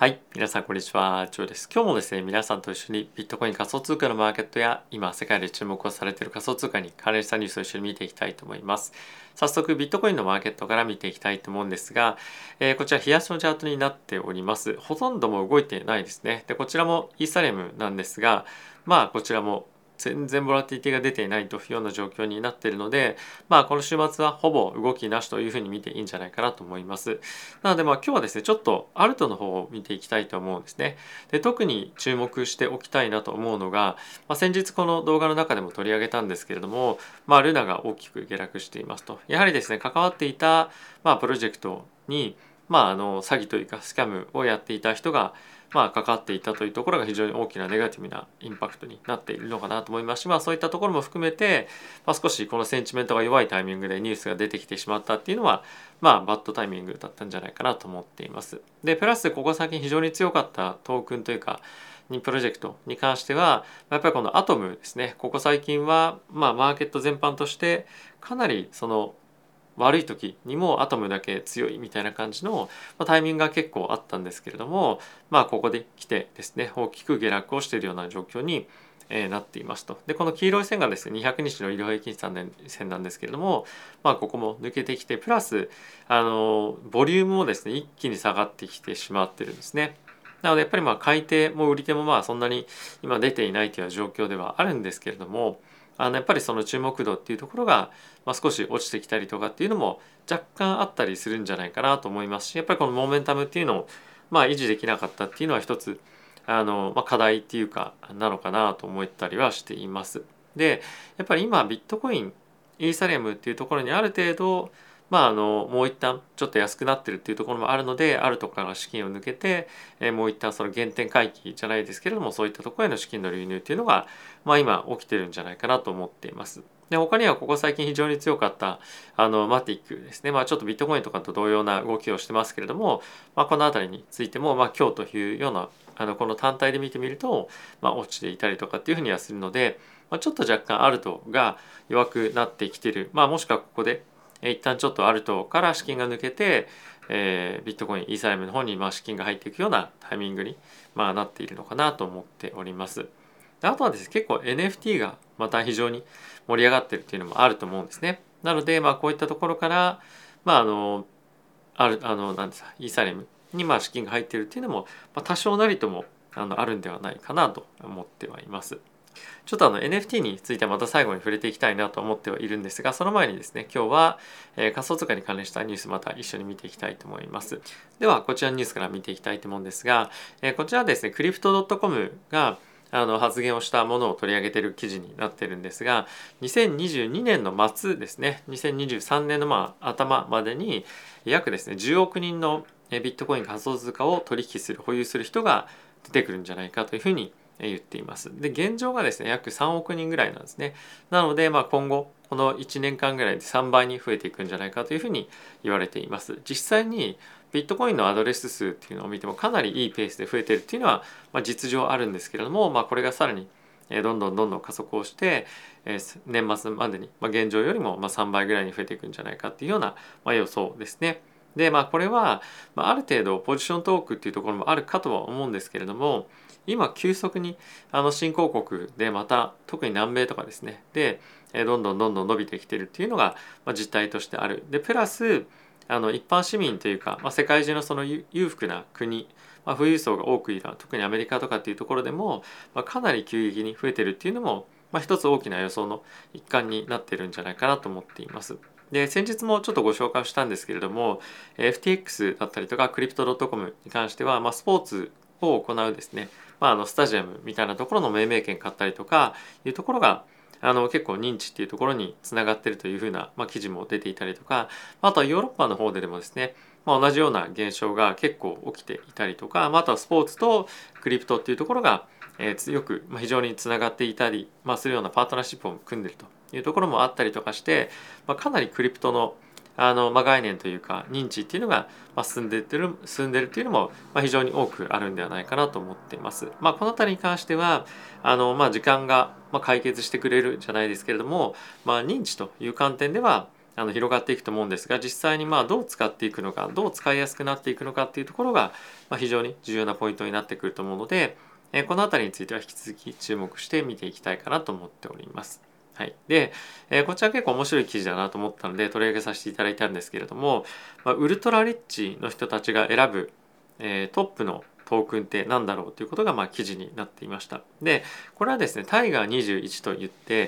はい、皆さんこんにちは、ジョーです。今日もですね、皆さんと一緒にビットコイン仮想通貨のマーケットや今世界で注目をされている仮想通貨に関連したニュースを一緒に見ていきたいと思います。早速ビットコインのマーケットから見ていきたいと思うんですが、こちら冷やしのチャートになっております。ほとんども動いてないですね。で、こちらもイーサリアムなんですが、こちらも全然ボラティティが出ていないというような状況になっているので、この週末はほぼ動きなしというふうに見ていいんじゃないかなと思います。なので今日はですね、ちょっとアルトの方を見ていきたいと思うんですね。で、特に注目しておきたいなと思うのが、先日この動画の中でも取り上げたんですけれども、ルナが大きく下落していますと。やはりですね、関わっていた、プロジェクトに、詐欺というかスキャムをやっていた人が関わっていたというところが非常に大きなネガティブなインパクトになっているのかなと思いますし、そういったところも含めて、少しこのセンチメントが弱いタイミングでニュースが出てきてしまったっていうのは、バッドタイミングだったんじゃないかなと思っています。で、プラスここ最近非常に強かったトークンというか、プロジェクトに関しては、やっぱりこのアトムですね、ここ最近は、マーケット全般としてかなりその悪い時にもアトムだけ強いみたいな感じのタイミングが結構あったんですけれども、ここで来てですね、大きく下落をしているような状況になっていますと。で、この黄色い線がですね、200日の移動平均線なんですけれども、ここも抜けてきて、プラス、ボリュームもですね、一気に下がってきてしまってるんですね。なので、やっぱり買い手も売り手もそんなに今出ていないという状況ではあるんですけれども、やっぱりその注目度っていうところが、少し落ちてきたりとかっていうのも若干あったりするんじゃないかなと思いますし、やっぱりこのモメンタムっていうのを維持できなかったっていうのは一つ課題っていうかなのかなと思ったりはしています。で、やっぱり今ビットコインイーサリアムっていうところにある程度もう一旦ちょっと安くなってるっていうところもあるので、あるところから資金を抜けて、もう一旦その原点回帰じゃないですけれども、そういったところへの資金の流入っていうのが、今起きてるんじゃないかなと思っています。で、他にはここ最近非常に強かったマティックですね。ちょっとビットコインとかと同様な動きをしてますけれども、この辺りについても今日というようなこの単体で見てみると、落ちていたりとかっていうふうにはするので、ちょっと若干アルトが弱くなってきてる。もしくはここで一旦ちょっとアルトから資金が抜けて、ビットコインイーサリアムの方に資金が入っていくようなタイミングになっているのかなと思っております。あとはですね、結構 NFT がまた非常に盛り上がってるっていうのもあると思うんですね。なのでこういったところからなんですか、イーサリアムに資金が入っているっていうのも多少なりともあるんではないかなと思ってはいます。ちょっとNFT についてはまた最後に触れていきたいなと思ってはいるんですが、その前にですね、今日は、仮想通貨に関連したニュースまた一緒に見ていきたいと思います。では、こちらのニュースから見ていきたいと思うんですが、こちらはですね、クリプト .com が発言をしたものを取り上げている記事になっているんですが、2022年の末ですね、2023年の頭までに約ですね、10億人のビットコイン仮想通貨を取引する、保有する人が出てくるんじゃないかというふうに言っています。で、現状がですね、約3億人ぐらいなんですね。なので、今後、この1年間ぐらいで3倍に増えていくんじゃないかというふうに言われています。実際にビットコインのアドレス数っていうのを見てもかなりいいペースで増えているっていうのは、実情あるんですけれども、これがさらにどんどん加速をして年末までに現状よりも3倍ぐらいに増えていくんじゃないかっていうような予想ですね。で、これはある程度ポジショントークっていうところもあるかとは思うんですけれども、今急速に新興国でまた特に南米とかですねでどんどん伸びてきてるっていうのが実態としてある。でプラス一般市民というか、世界中のその裕福な国、富裕層が多くいる特にアメリカとかっていうところでも、かなり急激に増えてるっていうのも、一つ大きな予想の一環になってるんじゃないかなと思っています。で先日もちょっとご紹介したんですけれども FTX だったりとかクリプト .com に関しては、スポーツを行うですね、スタジアムみたいなところの命名権買ったりとかいうところが結構認知っていうところにつながっているというふうな、記事も出ていたりとか、あとはヨーロッパの方でもですね、同じような現象が結構起きていたりとか、あとはスポーツとクリプトっていうところが、よく、非常につながっていたり、するようなパートナーシップを組んでいるというところもあったりとかして、かなりクリプトの概念というか認知っていうのが進んでるっていうのも非常に多くあるんではないかなと思っています。この辺りに関しては時間が解決してくれるじゃないですけれども、認知という観点では広がっていくと思うんですが、実際にどう使っていくのか、どう使いやすくなっていくのかっていうところが、非常に重要なポイントになってくると思うので、このあたりについては引き続き注目して見ていきたいかなと思っております。はい、で、こちら結構面白い記事だなと思ったので取り上げさせていただいたんですけれども、ウルトラリッチの人たちが選ぶ、トップのトークンって何だろうということが記事になっていました。で、これはですね、タイガー21といって、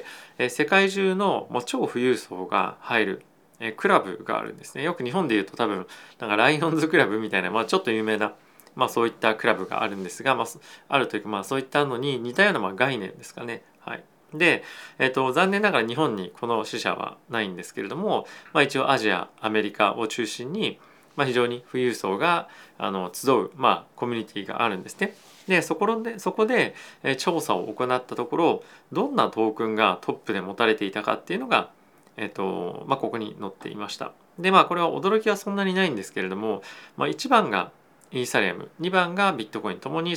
世界中の超富裕層が入るクラブがあるんですね。よく日本でいうと多分なんかライオンズクラブみたいな、ちょっと有名な、そういったクラブがあるんですが、あるというか、そういったのに似たような概念ですかね。はい。で、残念ながら日本にこの支社はないんですけれども、一応アジア、アメリカを中心に、非常に富裕層が集う、コミュニティがあるんですね。で、そこで調査を行ったところ、どんなトークンがトップで持たれていたかっていうのが、ここに載っていました。で、これは驚きはそんなにないんですけれども、1番がイーサリアム、2番がビットコインともに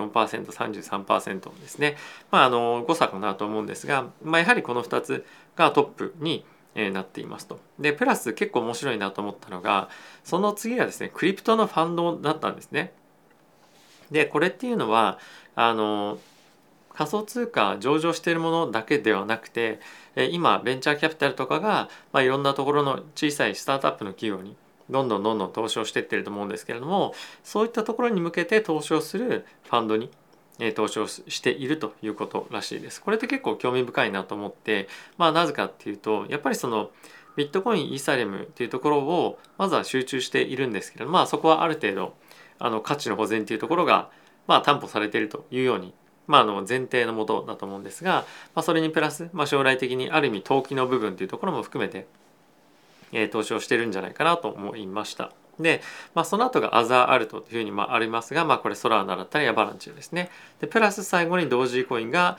34%、33% ですね。誤差かなと思うんですが、やはりこの2つがトップになっていますと。で、プラス結構面白いなと思ったのが、その次がですね、クリプトのファンドだったんですね。で、これっていうのは、仮想通貨上場しているものだけではなくて、今ベンチャーキャピタルとかが、いろんなところの小さいスタートアップの企業にどんどん投資をしていってると思うんですけれども、そういったところに向けて投資をするファンドに投資をしているということらしいです。これって結構興味深いなと思って、なぜかっていうと、やっぱりそのビットコイン、イーサリアムっていうところをまずは集中しているんですけれども、そこはある程度価値の保全っていうところが担保されているというように、前提のもとだと思うんですが、それにプラス、将来的にある意味投機の部分というところも含めて、投資をしてるんじゃないかなと思いました。で、その後がアザーアルトというふうにありますが、これソラーナだったりアバランチですね。で、プラス最後にドージーコインが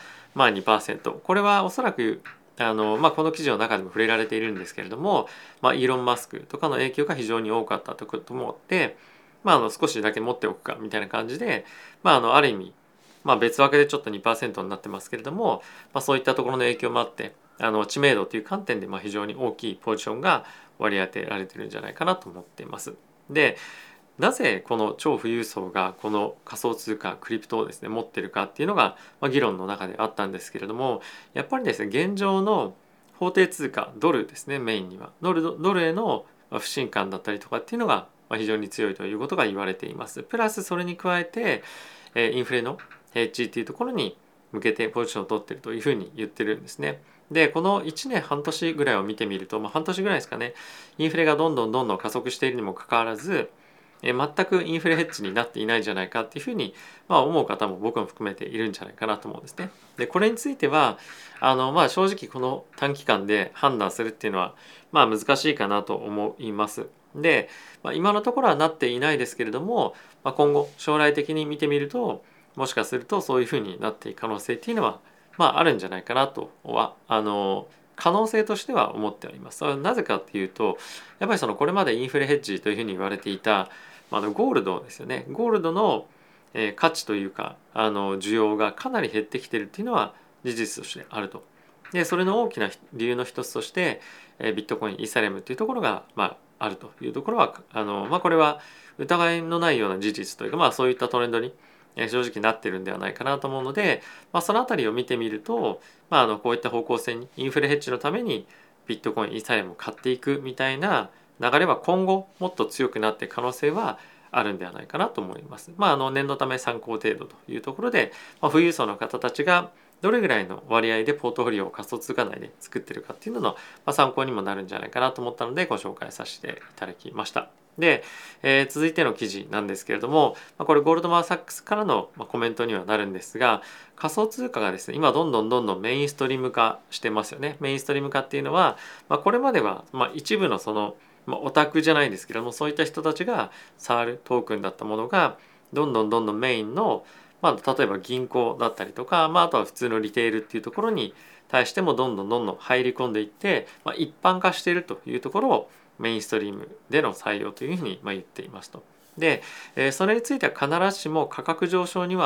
2%。これはおそらくこの記事の中でも触れられているんですけれども、イーロン・マスクとかの影響が非常に多かったということもあって、少しだけ持っておくかみたいな感じで、ある意味、別枠でちょっと2%になってますけれども、そういったところの影響もあって、知名度という観点で非常に大きいポジションが割り当てられてるんじゃないかなと思っています。で、なぜこの超富裕層がこの仮想通貨クリプトをですね持ってるかっていうのが議論の中であったんですけれども、やっぱりですね現状の法定通貨ドルですね、メインにはドルへの不信感だったりとかっていうのが非常に強いということが言われています。プラスそれに加えてインフレのヘッジっていうところに向けてポジションを取っているというふうに言ってるんですね。で、この1年半年ぐらいを見てみると、半年ぐらいですかね、インフレがどんどん加速しているにもかかわらず、全くインフレヘッジになっていないんじゃないかっていうふうに、思う方も僕も含めているんじゃないかなと思うんですね。で、これについては正直この短期間で判断するっていうのは難しいかなと思います。で、今のところはなっていないですけれども、今後将来的に見てみるともしかするとそういうふうになっていく可能性っていうのはあるんじゃないかなとは可能性としては思っております。なぜかっていうと、やっぱりこれまでインフレヘッジというふうに言われていたゴールドですよね。ゴールドの価値というか需要がかなり減ってきてるっていうのは事実としてあると。で、それの大きな理由の一つとしてビットコイン、イーサリアムっていうところがあるというところはこれは疑いのないような事実というかそういったトレンドに正直なってるんではないかなと思うので、そのあたりを見てみると、こういった方向性にインフレヘッジのためにビットコイン、イーサリアムを買っていくみたいな流れは今後もっと強くなっていく可能性はあるんではないかなと思います。念のため参考程度というところで、富裕層の方たちがどれぐらいの割合でポートフォリオを仮想通貨内で作ってるかっていうのの参考にもなるんじゃないかなと思ったのでご紹介させていただきました。で、続いての記事なんですけれども、これゴールドマン・サックスからのコメントにはなるんですが、仮想通貨がですね今どんどんメインストリーム化してますよね。メインストリーム化っていうのは、これまでは一部のオタクじゃないですけども、そういった人たちが触るトークンだったものがどんどんメインの例えば銀行だったりとか、あとは普通のリテールっていうところに対してもどんどん入り込んでいって、一般化しているというところをメインストリームでの採用というふうに言っていますと。で、それについては必ずしも価格上昇には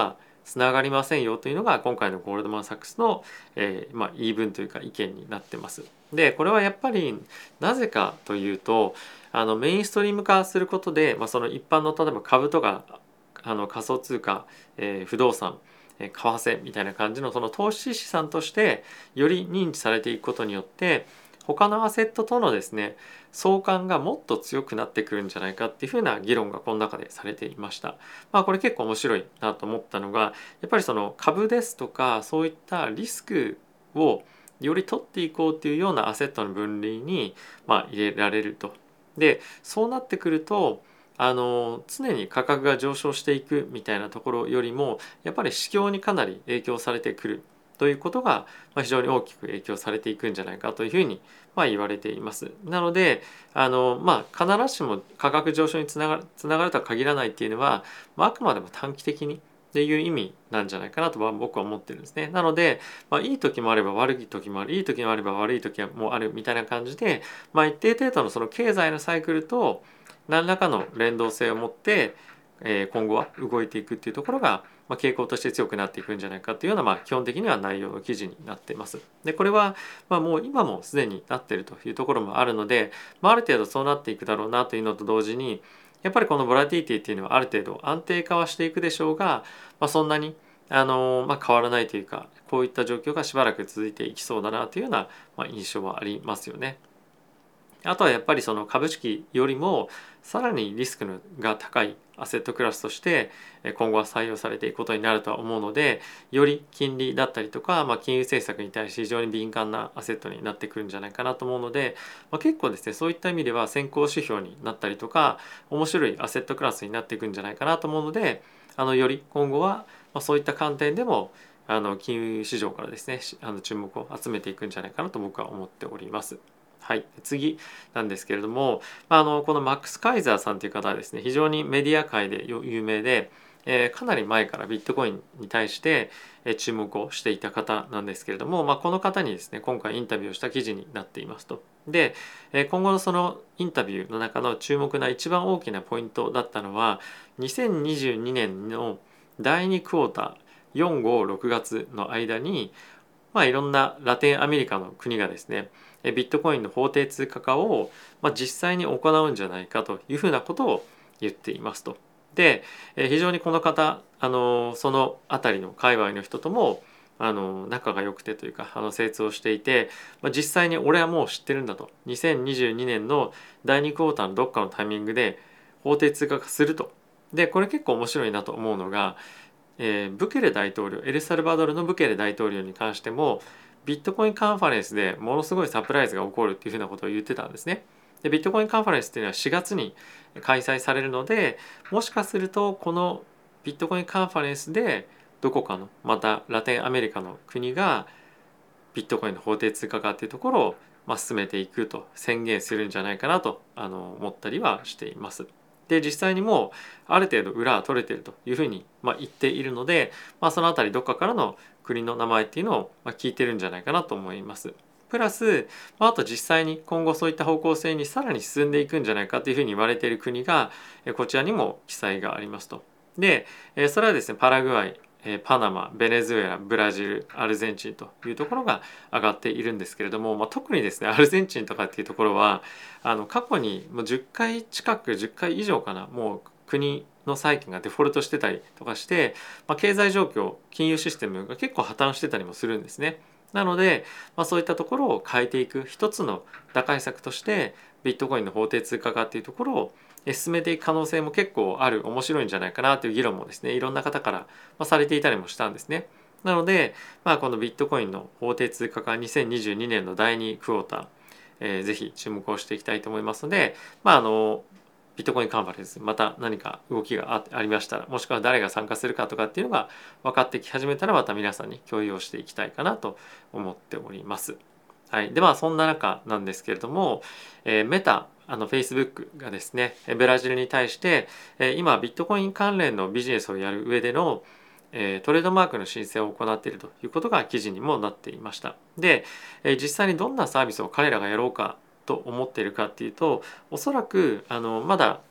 つながりませんよというのが今回のゴールドマン・サックスの、言い分というか意見になってます。でこれはやっぱりなぜかというとメインストリーム化することで、その一般の例えば株とか仮想通貨、不動産為替みたいな感じのその投資資産としてより認知されていくことによって他のアセットとのですね相関がもっと強くなってくるんじゃないかっていうふうな議論がこの中でされていました。これ結構面白いなと思ったのがやっぱりその株ですとかそういったリスクをより取っていこうっていうようなアセットの分類に入れられると。でそうなってくると常に価格が上昇していくみたいなところよりもやっぱり市況にかなり影響されてくるということが非常に大きく影響されていくんじゃないかというふうに言われています。なので必ずしも価格上昇につながるとは限らないっていうのは、あくまでも短期的にっていう意味なんじゃないかなと僕は思ってるんですね。なので、いい時もあれば悪い時もある、いい時もあれば悪い時もあるみたいな感じで、一定程度のその経済のサイクルと何らかの連動性を持って、今後は動いていくっていうところが、傾向として強くなっていくんじゃないかというような、基本的には内容の記事になっています。でこれは、もう今もすでになっているというところもあるので、ある程度そうなっていくだろうなというのと同時にやっぱりこのボラティティっていうのはある程度安定化はしていくでしょうが、そんなに変わらないというかこういった状況がしばらく続いていきそうだなというような、印象はありますよね。あとはやっぱりその株式よりもさらにリスクが高いアセットクラスとして今後は採用されていくことになるとは思うので、より金利だったりとか、金融政策に対して非常に敏感なアセットになってくるんじゃないかなと思うので、結構ですねそういった意味では先行指標になったりとか面白いアセットクラスになっていくんじゃないかなと思うので、より今後はそういった観点でも金融市場からですね注目を集めていくんじゃないかなと僕は思っております。はい、次なんですけれども、このマックス・カイザーさんという方はですね非常にメディア界で有名で、かなり前からビットコインに対して注目をしていた方なんですけれども、この方にですね今回インタビューをした記事になっていますと。で今後のそのインタビューの中の注目な一番大きなポイントだったのは2022年の第2クォーター456月の間にいろんなラテンアメリカの国がですねビットコインの法定通貨化を実際に行うんじゃないかというふうなことを言っていますと。で非常にこの方その辺りの界隈の人とも仲が良くてというか精通をしていて、実際に俺はもう知ってるんだと2022年の第2クォーターのどっかのタイミングで法定通貨化すると。でこれ結構面白いなと思うのがブケレ大統領エルサルバドルのブケレ大統領に関してもビットコインカンファレンスでものすごいサプライズが起こるっていうふうなことを言ってたんですね。でビットコインカンファレンスっていうのは4月に開催されるので、もしかするとこのビットコインカンファレンスでどこかのまたラテンアメリカの国がビットコインの法定通貨化っていうところを進めていくと宣言するんじゃないかなと思ったりはしています。で実際にもうある程度裏は取れているというふうに言っているので、そのあたりどっかからの国の名前っていうのを聞いてるんじゃないかなと思います。プラスあと実際に今後そういった方向性にさらに進んでいくんじゃないかというふうに言われている国がこちらにも記載がありますと。でそれはですねパラグアイパナマ、ベネズエラ、ブラジル、アルゼンチンというところが上がっているんですけれども、特にですねアルゼンチンとかっていうところは過去にもう10回近く10回以上かなもう国の債券がデフォルトしてたりとかして、経済状況金融システムが結構破綻してたりもするんですね。なので、そういったところを変えていく一つの打開策としてビットコインの法定通貨化っていうところを進めていく可能性も結構ある面白いんじゃないかなという議論もですねいろんな方からされていたりもしたんですね。なので、このビットコインの法定通貨化2022年の第2クォーター、ぜひ注目をしていきたいと思いますので、ビットコインカンファレンスまた何か動きがありましたら、もしくは誰が参加するかとかっていうのが分かってき始めたらまた皆さんに共有をしていきたいかなと思っております。はい、でそんな中なんですけれども、メタFacebook がですねブラジルに対して今ビットコイン関連のビジネスをやる上でのトレードマークの申請を行っているということが記事にもなっていました。で実際にどんなサービスを彼らがやろうかと思っているかっていうと、おそらくまだ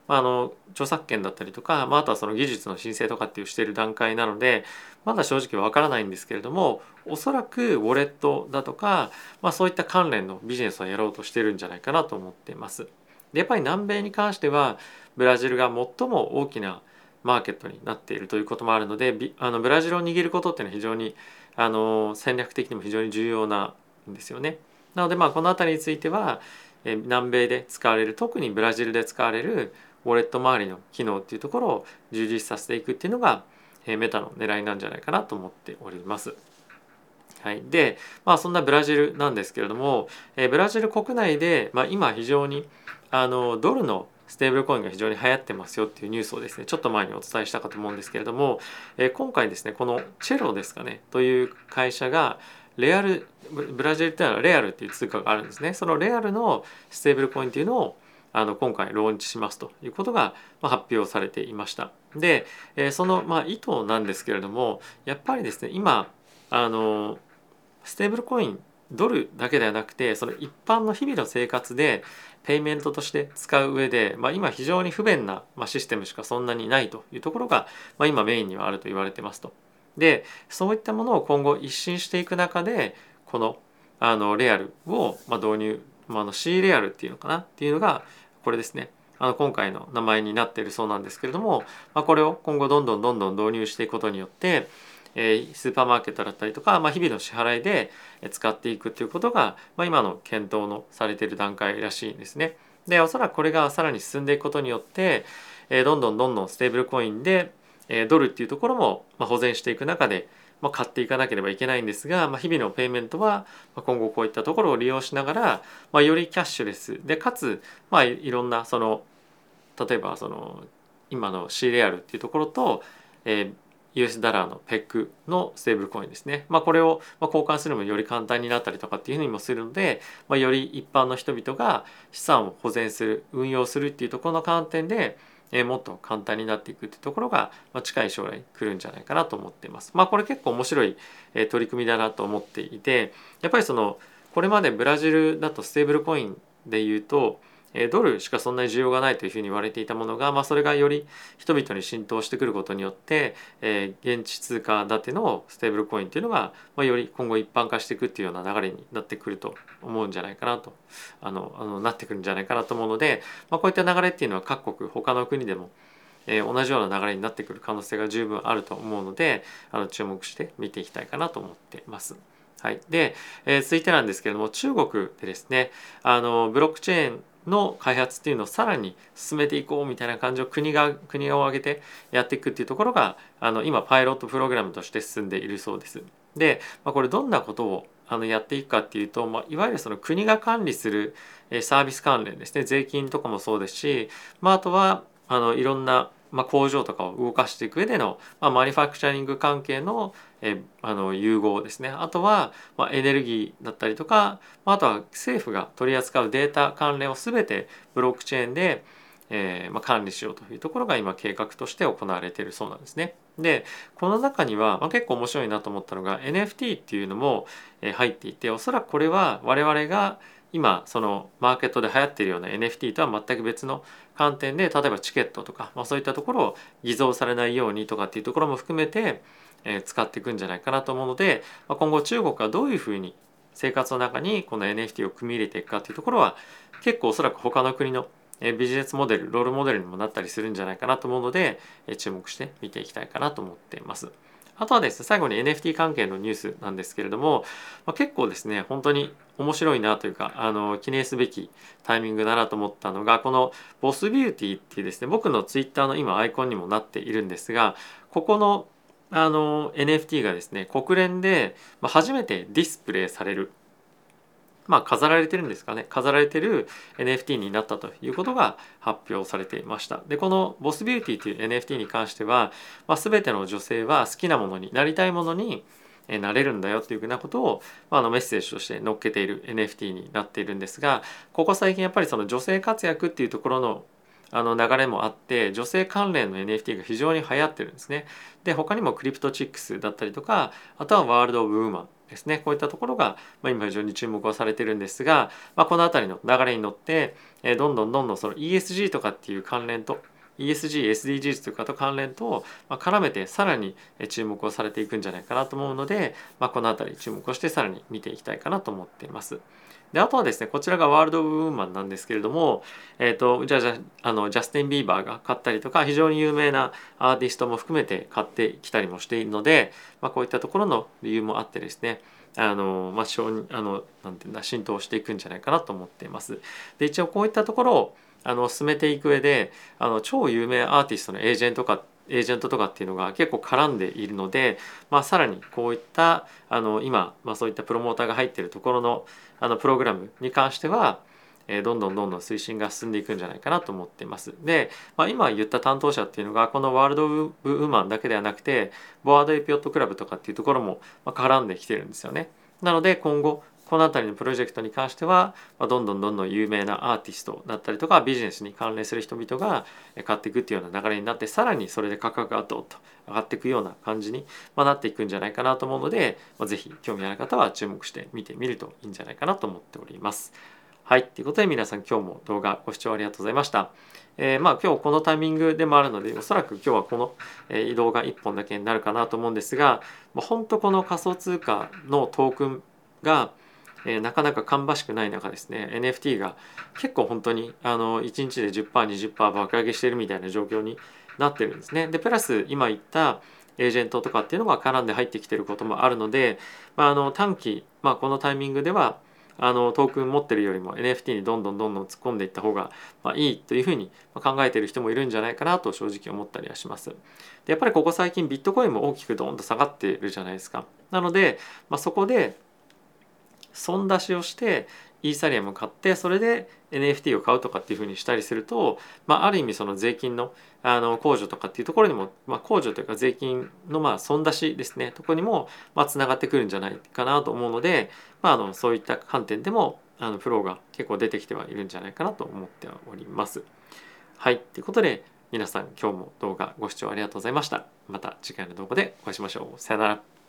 著作権だったりとか、あとはその技術の申請とかっていうしている段階なのでまだ正直わからないんですけれども、おそらくウォレットだとか、そういった関連のビジネスをやろうとしてるんじゃないかなと思っています。でやっぱり南米に関してはブラジルが最も大きなマーケットになっているということもあるので、ブラジルを握ることっていうのは非常に戦略的にも非常に重要なんですよね。なのでこの辺りについては南米で使われる、特にブラジルで使われるウォレット周りの機能っていうところを充実させていくっていうのがメタの狙いなんじゃないかなと思っております。はい、で、そんなブラジルなんですけれども、ブラジル国内で、今非常にドルのステーブルコインが非常に流行ってますよっていうニュースをですねちょっと前にお伝えしたかと思うんですけれども、今回ですねこのチェロですかねという会社がレアル、ブラジルっていうのはレアルっていう通貨があるんですね。そのレアルのステーブルコインっていうのを今回ローンチしますということが発表されていました。でその意図なんですけれども、やっぱりですね今ステーブルコインドルだけではなくてその一般の日々の生活でペイメントとして使う上で、今非常に不便なシステムしかそんなにないというところが、今メインにはあると言われてますと。でそういったものを今後一新していく中でこのレアルを導入、C レアルっていうのかなっていうのがこれですね。今回の名前になっているそうなんですけれども、これを今後どんどん導入していくことによってスーパーマーケットだったりとか、日々の支払いで使っていくということが、今の検討のされている段階らしいんですね。でおそらくこれがさらに進んでいくことによってどんどんステーブルコインでドルっていうところも保全していく中で買っていかなければいけないんですが、日々のペイメントは今後こういったところを利用しながら、よりキャッシュレスでかつ、いろんなその例えばその今の C レアルっていうところと、US ダラーのペックのステーブルコインですね、これを交換するのもより簡単になったりとかっていうふうにもするので、より一般の人々が資産を保全する運用するっていうところの観点でもっと簡単になっていくっていうところが近い将来来るんじゃないかなと思っています。これ結構面白い取り組みだなと思っていて、やっぱりそのこれまでブラジルだとステーブルコインでいうとドルしかそんなに需要がないというふうに言われていたものが、それがより人々に浸透してくることによって現地通貨建てのステーブルコインっていうのがより今後一般化していくっていうような流れになってくると思うんじゃないかなとなってくるんじゃないかなと思うので、こういった流れっていうのは各国他の国でも同じような流れになってくる可能性が十分あると思うので注目して見ていきたいかなと思っています。はい、で、続いてなんですけれども、中国でですねブロックチェーンの開発っていうのをさらに進めていこうみたいな感じを国を挙げてやっていくっていうところが今パイロットプログラムとして進んでいるそうです。で、これどんなことをやっていくかっていうと、いわゆるその国が管理するサービス関連ですね、税金とかもそうですし、あとはいろんな工場とかを動かしていく上でのマニファクチャリング関係の融合ですね。あとはエネルギーだったりとか、あとは政府が取り扱うデータ関連を全てブロックチェーンで管理しようというところが今計画として行われているそうなんですね。でこの中には結構面白いなと思ったのが NFT っていうのも入っていて、おそらくこれは我々が今そのマーケットで流行っているような NFT とは全く別の観点で、例えばチケットとか、そういったところを偽造されないようにとかっていうところも含めて使っていくんじゃないかなと思うので、今後中国がどういうふうに生活の中にこの NFT を組み入れていくかっていうところは結構おそらく他の国のビジネスモデル、ロールモデルにもなったりするんじゃないかなと思うので注目して見ていきたいかなと思っています。あとはですね、最後に NFT 関係のニュースなんですけれども、結構ですね本当に面白いなというか記念すべきタイミングだなと思ったのが、このボスビューティーっていうですね、僕のツイッターの今アイコンにもなっているんですが、ここのNFT がですね国連で初めてディスプレイされる、飾られてるんですかね、飾られてる NFT になったということが発表されていました。でこのボスビューティーという NFT に関しては、全ての女性は好きなものになりたいものになれるんだよというふうなことを、メッセージとして載っけている NFT になっているんですが、ここ最近やっぱりその女性活躍っていうところの流れもあって女性関連の NFT が非常に流行ってるんですね。で他にもクリプトチックスだったりとか、あとはワールド・オブ・ウーマンですね、こういったところが、今非常に注目をされてるんですが、この辺りの流れに乗って、どんどんその ESG とかっていう関連と ESG、SDGs というかと関連と絡めてさらに注目をされていくんじゃないかなと思うので、この辺り注目をしてさらに見ていきたいかなと思っています。であとはですね、こちらがワールド・オブ・ウーマンなんですけれども、じゃあジャスティン・ビーバーが買ったりとか非常に有名なアーティストも含めて買ってきたりもしているので、こういったところの理由もあってですね、なんていうんだ、浸透していくんじゃないかなと思っています。で一応こういったところを進めていく上で超有名アーティストのエージェントとかっていうのが結構絡んでいるので、さらにこういった今、そういったプロモーターが入っているところのプログラムに関してはどんどん推進が進んでいくんじゃないかなと思っています。で、今言った担当者っていうのがこのワールド・ウーマンだけではなくてボワード・エピオット・クラブとかっていうところも絡んできてるんですよね。なので今後この辺りのプロジェクトに関してはどんどん有名なアーティストだったりとかビジネスに関連する人々が買っていくっていうような流れになって、さらにそれで価格がどっと上がっていくような感じになっていくんじゃないかなと思うので、ぜひ興味ある方は注目して見てみるといいんじゃないかなと思っております。はい、ということで皆さん今日も動画ご視聴ありがとうございました。今日このタイミングでもあるのでおそらく今日はこの移動が1本だけになるかなと思うんですが、本当この仮想通貨のトークンがなかなか芳しくない中ですね、 NFT が結構本当に1日で 10%、20% 爆上げしてるみたいな状況になってるんですね。でプラス今言ったエージェントとかっていうのが絡んで入ってきてることもあるので、短期、このタイミングではトークン持ってるよりも NFT にどんどん突っ込んでいった方がいいというふうに考えている人もいるんじゃないかなと正直思ったりはします。でやっぱりここ最近ビットコインも大きくドーンと下がっているじゃないですか。なので、そこで損出しをしてイーサリアムを買ってそれで NFT を買うとかっていうふうにしたりすると、ある意味その税金の控除とかっていうところにも、控除というか税金の損出しですねところにもつながってくるんじゃないかなと思うので、そういった観点でもフローが結構出てきてはいるんじゃないかなと思っております。はい、ということで皆さん今日も動画ご視聴ありがとうございました。また次回の動画でお会いしましょう。さよなら。